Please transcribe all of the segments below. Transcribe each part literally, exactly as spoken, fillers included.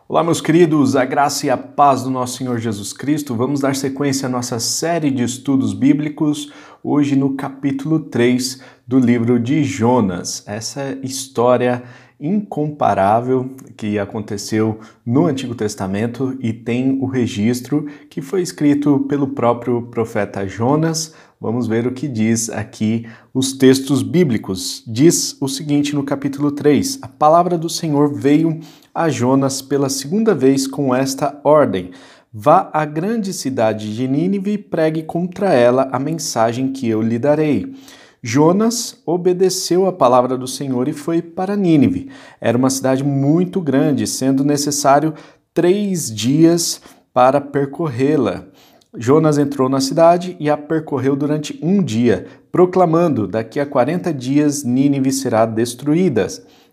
Olá, meus queridos, a graça e a paz do nosso Senhor Jesus Cristo. Vamos dar sequência à nossa série de estudos bíblicos, hoje no capítulo três do livro de Jonas. Essa história incomparável que aconteceu no Antigo Testamento e tem o registro que foi escrito pelo próprio profeta Jonas. Vamos ver o que diz aqui os textos bíblicos. Diz o seguinte no capítulo três: a palavra do Senhor veio a Jonas pela segunda vez com esta ordem: vá à grande cidade de Nínive e pregue contra ela a mensagem que eu lhe darei. Jonas obedeceu a palavra do Senhor e foi para Nínive. Era uma cidade muito grande, sendo necessário três dias para percorrê-la. Jonas entrou na cidade e a percorreu durante um dia, proclamando: daqui a quarenta dias Nínive será destruída.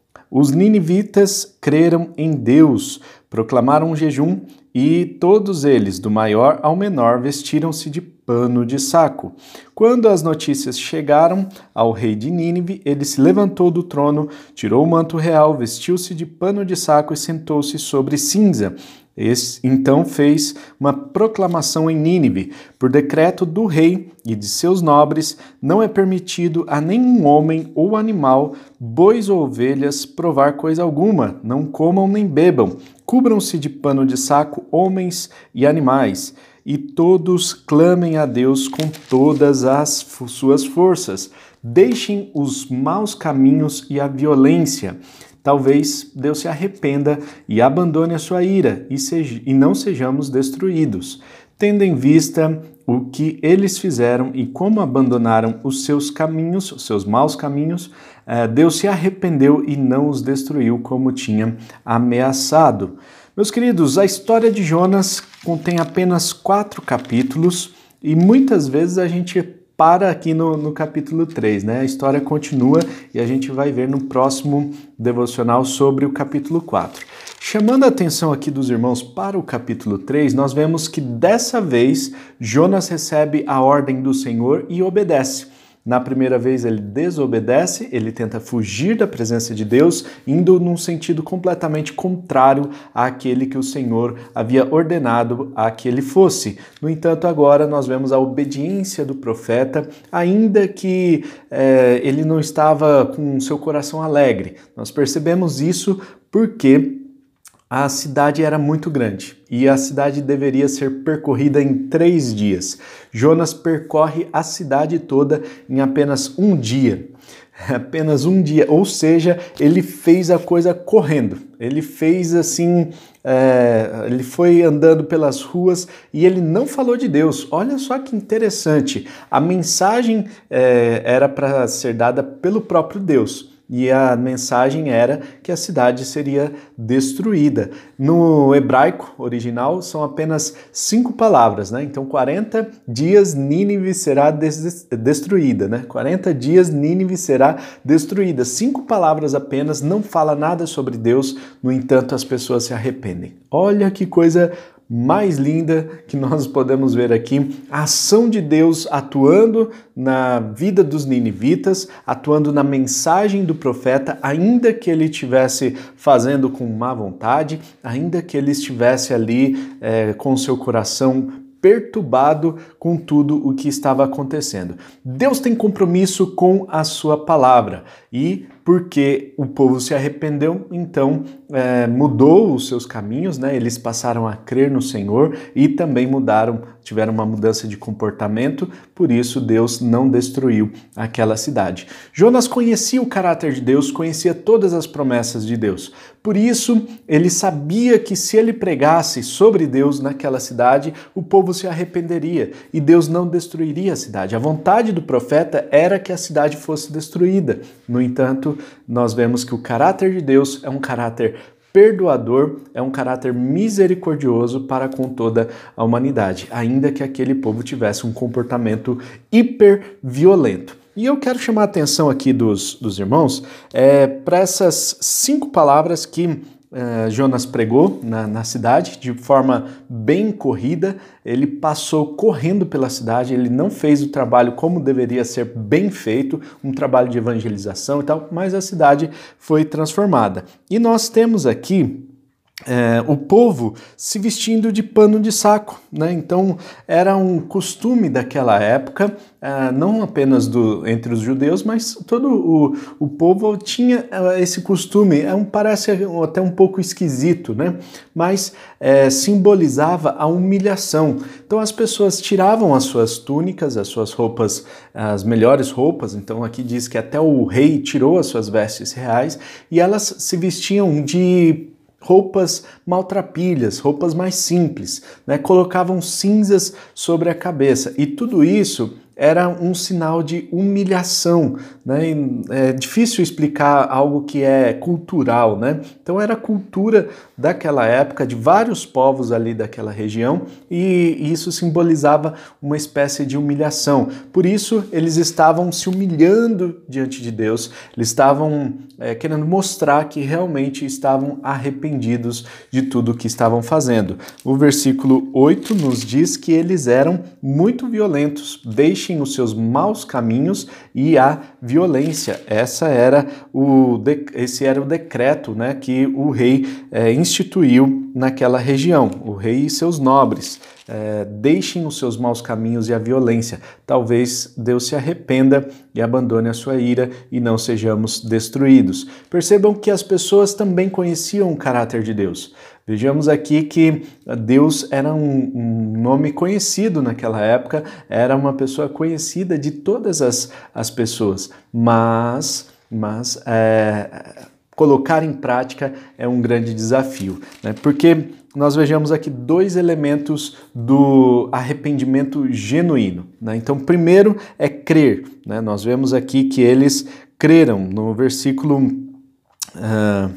Os ninivitas creram em Deus, proclamaram um jejum e todos eles, do maior ao menor, vestiram-se de pano de saco. Quando as notícias chegaram ao rei de Nínive, ele se levantou do trono, tirou o manto real, vestiu-se de pano de saco e sentou-se sobre cinza. Esse, então fez uma proclamação em Nínive: por decreto do rei e de seus nobres, não é permitido a nenhum homem ou animal, bois ou ovelhas, provar coisa alguma, não comam nem bebam, cubram-se de pano de saco homens e animais, e todos clamem a Deus com todas as suas forças. Deixem os maus caminhos e a violência. Talvez Deus se arrependa e abandone a sua ira e, seja, e não sejamos destruídos. Tendo em vista o que eles fizeram e como abandonaram os seus caminhos, os seus maus caminhos, Deus se arrependeu e não os destruiu como tinha ameaçado. Meus queridos, a história de Jonas contém apenas quatro capítulos e muitas vezes a gente para aqui no, no capítulo três, né? A história continua e a gente vai ver no próximo devocional sobre o capítulo quatro. Chamando a atenção aqui dos irmãos para o capítulo três, nós vemos que dessa vez Jonas recebe a ordem do Senhor e obedece. Na primeira vez ele desobedece, ele tenta fugir da presença de Deus, indo num sentido completamente contrário àquele que o Senhor havia ordenado a que ele fosse. No entanto, agora nós vemos a obediência do profeta, ainda que é, ele não estava com seu coração alegre. Nós percebemos isso porque a cidade era muito grande e a cidade deveria ser percorrida em três dias. Jonas percorre a cidade toda em apenas um dia. Apenas um dia, ou seja, ele fez a coisa correndo. Ele fez assim, é, ele foi andando pelas ruas e ele não falou de Deus. Olha só que interessante, a mensagem é, era para ser dada pelo próprio Deus. E a mensagem era que a cidade seria destruída. No hebraico original são apenas cinco palavras, né? Então quarenta dias Nínive será des- destruída, né? quarenta dias Nínive será destruída. Cinco palavras apenas, não fala nada sobre Deus, no entanto as pessoas se arrependem. Olha que coisa mais linda que nós podemos ver aqui, a ação de Deus atuando na vida dos ninivitas, atuando na mensagem do profeta, ainda que ele estivesse fazendo com má vontade, ainda que ele estivesse ali é, com seu coração perturbado com tudo o que estava acontecendo. Deus tem compromisso com a sua palavra e porque o povo se arrependeu, então é, mudou os seus caminhos, né? Eles passaram a crer no Senhor e também mudaram, tiveram uma mudança de comportamento, por isso Deus não destruiu aquela cidade. Jonas conhecia o caráter de Deus, conhecia todas as promessas de Deus, por isso ele sabia que se ele pregasse sobre Deus naquela cidade, o povo se arrependeria e Deus não destruiria a cidade. A vontade do profeta era que a cidade fosse destruída. No entanto, nós vemos que o caráter de Deus é um caráter perdoador, é um caráter misericordioso para com toda a humanidade, ainda que aquele povo tivesse um comportamento hiper violento. E eu quero chamar a atenção aqui dos, dos irmãos é, para essas cinco palavras que Uh, Jonas pregou na, na cidade de forma bem corrida, ele passou correndo pela cidade, ele não fez o trabalho como deveria ser bem feito, um trabalho de evangelização e tal, mas a cidade foi transformada. E nós temos aqui É, o povo se vestindo de pano de saco, né? Então era um costume daquela época, é, não apenas do, entre os judeus, mas todo o, o povo tinha esse costume. É um, parece até um pouco esquisito, né? Mas é, simbolizava a humilhação. Então as pessoas tiravam as suas túnicas, as suas roupas, as melhores roupas. Então aqui diz que até o rei tirou as suas vestes reais e elas se vestiam de roupas maltrapilhas, roupas mais simples, né? Colocavam cinzas sobre a cabeça e tudo isso era um sinal de humilhação, né? É difícil explicar algo que é cultural, né? Então era a cultura daquela época, de vários povos ali daquela região, e isso simbolizava uma espécie de humilhação. Por isso eles estavam se humilhando diante de Deus, eles estavam é, querendo mostrar que realmente estavam arrependidos de tudo o que estavam fazendo. O versículo oito nos diz que eles eram muito violentos. Deixem os seus maus caminhos e a violência. Essa era o de, esse era o decreto, né, que o rei é, instituiu naquela região, o rei e seus nobres. É, deixem os seus maus caminhos e a violência. Talvez Deus se arrependa e abandone a sua ira e não sejamos destruídos. Percebam que as pessoas também conheciam o caráter de Deus. Vejamos aqui que Deus era um, um nome conhecido naquela época, era uma pessoa conhecida de todas as, as pessoas, mas, mas é, colocar em prática é um grande desafio, né? Porque nós vejamos aqui dois elementos do arrependimento genuíno, né? Então, primeiro é crer, né? Nós vemos aqui que eles creram no versículo uh,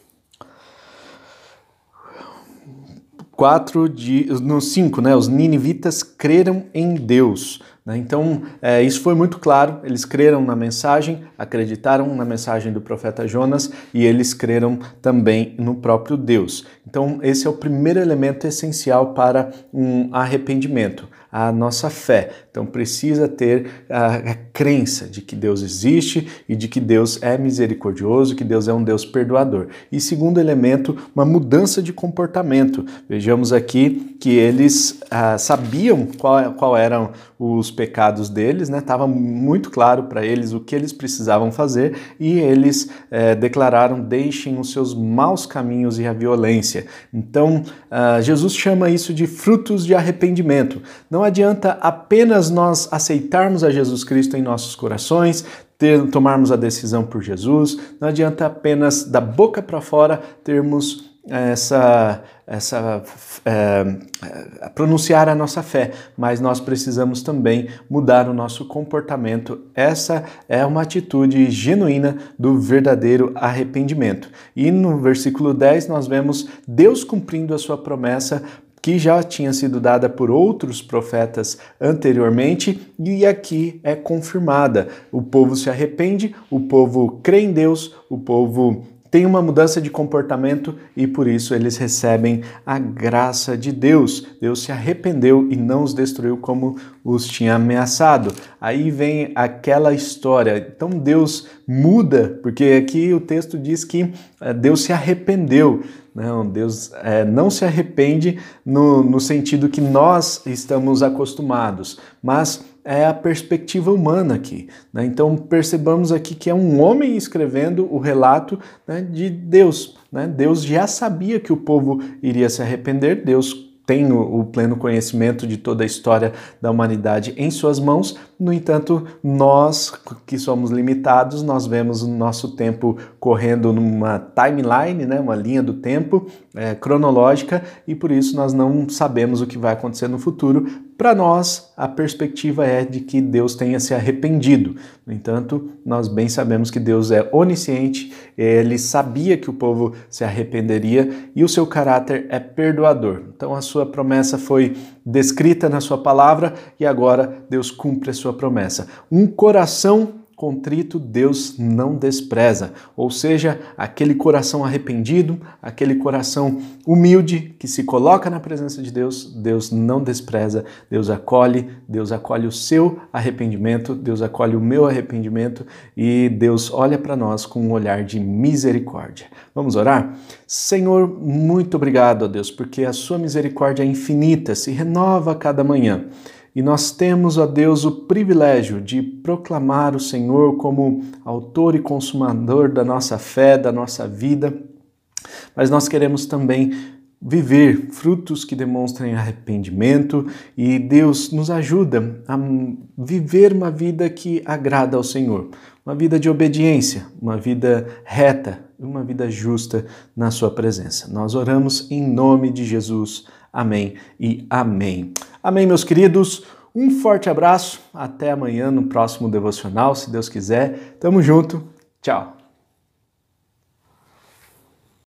quatro, de, no cinco, né? Os ninivitas creram em Deus. Então, é, isso foi muito claro, eles creram na mensagem, acreditaram na mensagem do profeta Jonas e eles creram também no próprio Deus. Então, esse é o primeiro elemento essencial para um arrependimento, a nossa fé. Então, precisa ter a, a crença de que Deus existe e de que Deus é misericordioso, que Deus é um Deus perdoador. E segundo elemento, uma mudança de comportamento. Vejamos aqui que eles ah, sabiam qual, qual eram os pecados deles, né? Estava muito claro para eles o que eles precisavam fazer e eles eh, declararam: deixem os seus maus caminhos e a violência. Então, uh, Jesus chama isso de frutos de arrependimento. Não adianta apenas nós aceitarmos a Jesus Cristo em nossos corações, ter, tomarmos a decisão por Jesus, não adianta apenas da boca para fora termos essa, essa é, é, pronunciar a nossa fé, mas nós precisamos também mudar o nosso comportamento. Essa é uma atitude genuína do verdadeiro arrependimento. E no versículo dez nós vemos Deus cumprindo a sua promessa que já tinha sido dada por outros profetas anteriormente, e aqui é confirmada. O povo se arrepende, o povo crê em Deus, o povo tem uma mudança de comportamento e por isso eles recebem a graça de Deus. Deus se arrependeu e não os destruiu como os tinha ameaçado. Aí vem aquela história. Então Deus muda, porque aqui o texto diz que Deus se arrependeu. Não, Deus é, não se arrepende no, no sentido que nós estamos acostumados, mas é a perspectiva humana aqui, né? Então percebamos aqui que é um homem escrevendo o relato, né, de Deus, né? Deus já sabia que o povo iria se arrepender, Deus tem o, o pleno conhecimento de toda a história da humanidade em suas mãos. No entanto, nós que somos limitados, nós vemos o nosso tempo correndo numa timeline, né, uma linha do tempo é, cronológica, e por isso nós não sabemos o que vai acontecer no futuro. Para nós, a perspectiva é de que Deus tenha se arrependido. No entanto, nós bem sabemos que Deus é onisciente, ele sabia que o povo se arrependeria e o seu caráter é perdoador. Então a sua promessa foi descrita na sua palavra e agora Deus cumpre a sua promessa. Um coração contrito Deus não despreza, ou seja, aquele coração arrependido, aquele coração humilde que se coloca na presença de Deus, Deus não despreza, Deus acolhe, Deus acolhe o seu arrependimento, Deus acolhe o meu arrependimento e Deus olha para nós com um olhar de misericórdia. Vamos orar? Senhor, muito obrigado, ó Deus, porque a sua misericórdia é infinita, se renova a cada manhã. E nós temos, ó Deus, o privilégio de proclamar o Senhor como autor e consumador da nossa fé, da nossa vida, mas nós queremos também viver frutos que demonstrem arrependimento e Deus nos ajuda a viver uma vida que agrada ao Senhor, uma vida de obediência, uma vida reta, uma vida justa na sua presença. Nós oramos em nome de Jesus. Amém e amém. Amém, meus queridos. Um forte abraço. Até amanhã no próximo devocional, se Deus quiser. Tamo junto. Tchau.